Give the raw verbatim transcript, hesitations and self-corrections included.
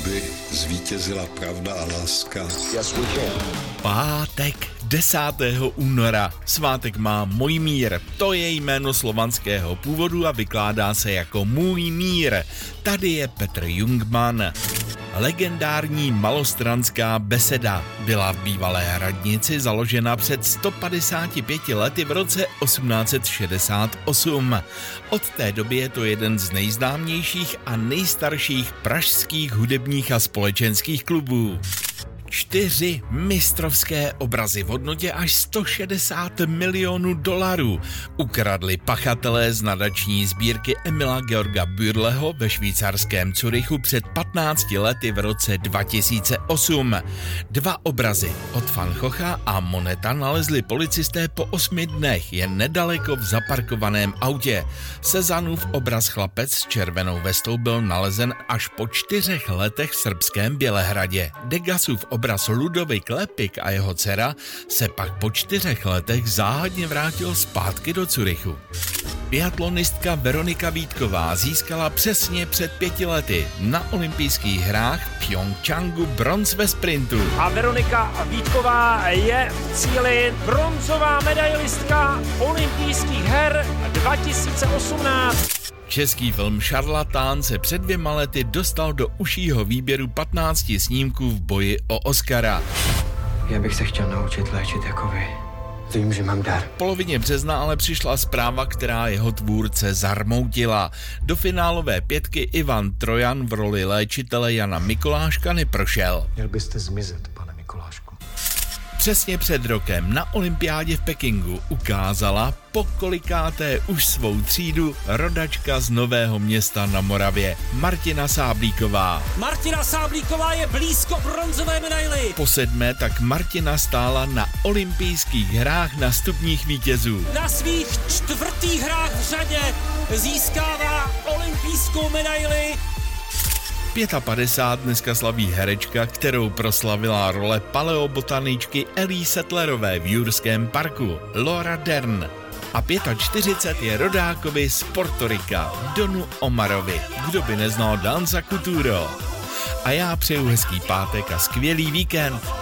aby zvítězila pravda a láska. Pátek desátého února. Svátek má Můj mír. To je jméno slovanského původu a vykládá se jako Můj mír. Tady je Petr Jungmann. Legendární malostranská beseda byla v bývalé radnici založena před sto padesáti pěti lety v roce osmnáct set šedesát osm. Od té doby je to jeden z nejznámějších a nejstarších pražských hudebních a společenských klubů. Čtyři mistrovské obrazy v hodnotě až sto šedesát milionů dolarů ukradli pachatelé z nadační sbírky Emila Georga Bürleho ve švýcarském Curychu před patnácti lety v roce dva tisíce osm. Dva obrazy od Van Gogha a Moneta nalezli policisté po osmi dnech jen nedaleko v zaparkovaném autě. Cézannův obraz Chlapec s červenou vestou byl nalezen až po čtyřech letech v srbském Bělehradě. Degasův obraz Ludovic Lepik a jeho dcera se pak po čtyřech letech záhadně vrátil zpátky do Curychu. Biatlonistka Veronika Vítková získala přesně před pěti lety na olympijských hrách v Pchjongčchangu bronz ve sprintu. A Veronika Vítková je v cíli bronzová medailistka olympijských her dva tisíce osmnáct. Český film Šarlatán se před dvěma lety dostal do užšího výběru patnácti snímků v boji o Oscara. Já bych se chtěl naučit léčit jako vy. Vím, že mám dar. V polovině března ale přišla zpráva, která jeho tvůrce zarmoutila. Do finálové pětky Ivan Trojan v roli léčitele Jana Mikoláška neprošel. Měl byste zmizet, pane Mikolášku. Přesně před rokem na olympiádě v Pekingu ukázala po kolikáté už svou třídu rodačka z Nového Města na Moravě Martina Sáblíková. Martina Sáblíková je blízko bronzové medaili. Po sedmé tak Martina stála na olympijských hrách na stupních vítězů. Na svých čtvrtých hrách v řadě získává olympijskou medaili. padesát pět dneska slaví herečka, kterou proslavila role paleobotaničky Ellie Settlerové v Jurském parku, Laura Dern. A čtyřicet pět je rodákovi z Portorika, Donu Omarovi. Kdo by neznal Danza Kuturo? A já přeju hezký pátek a skvělý víkend.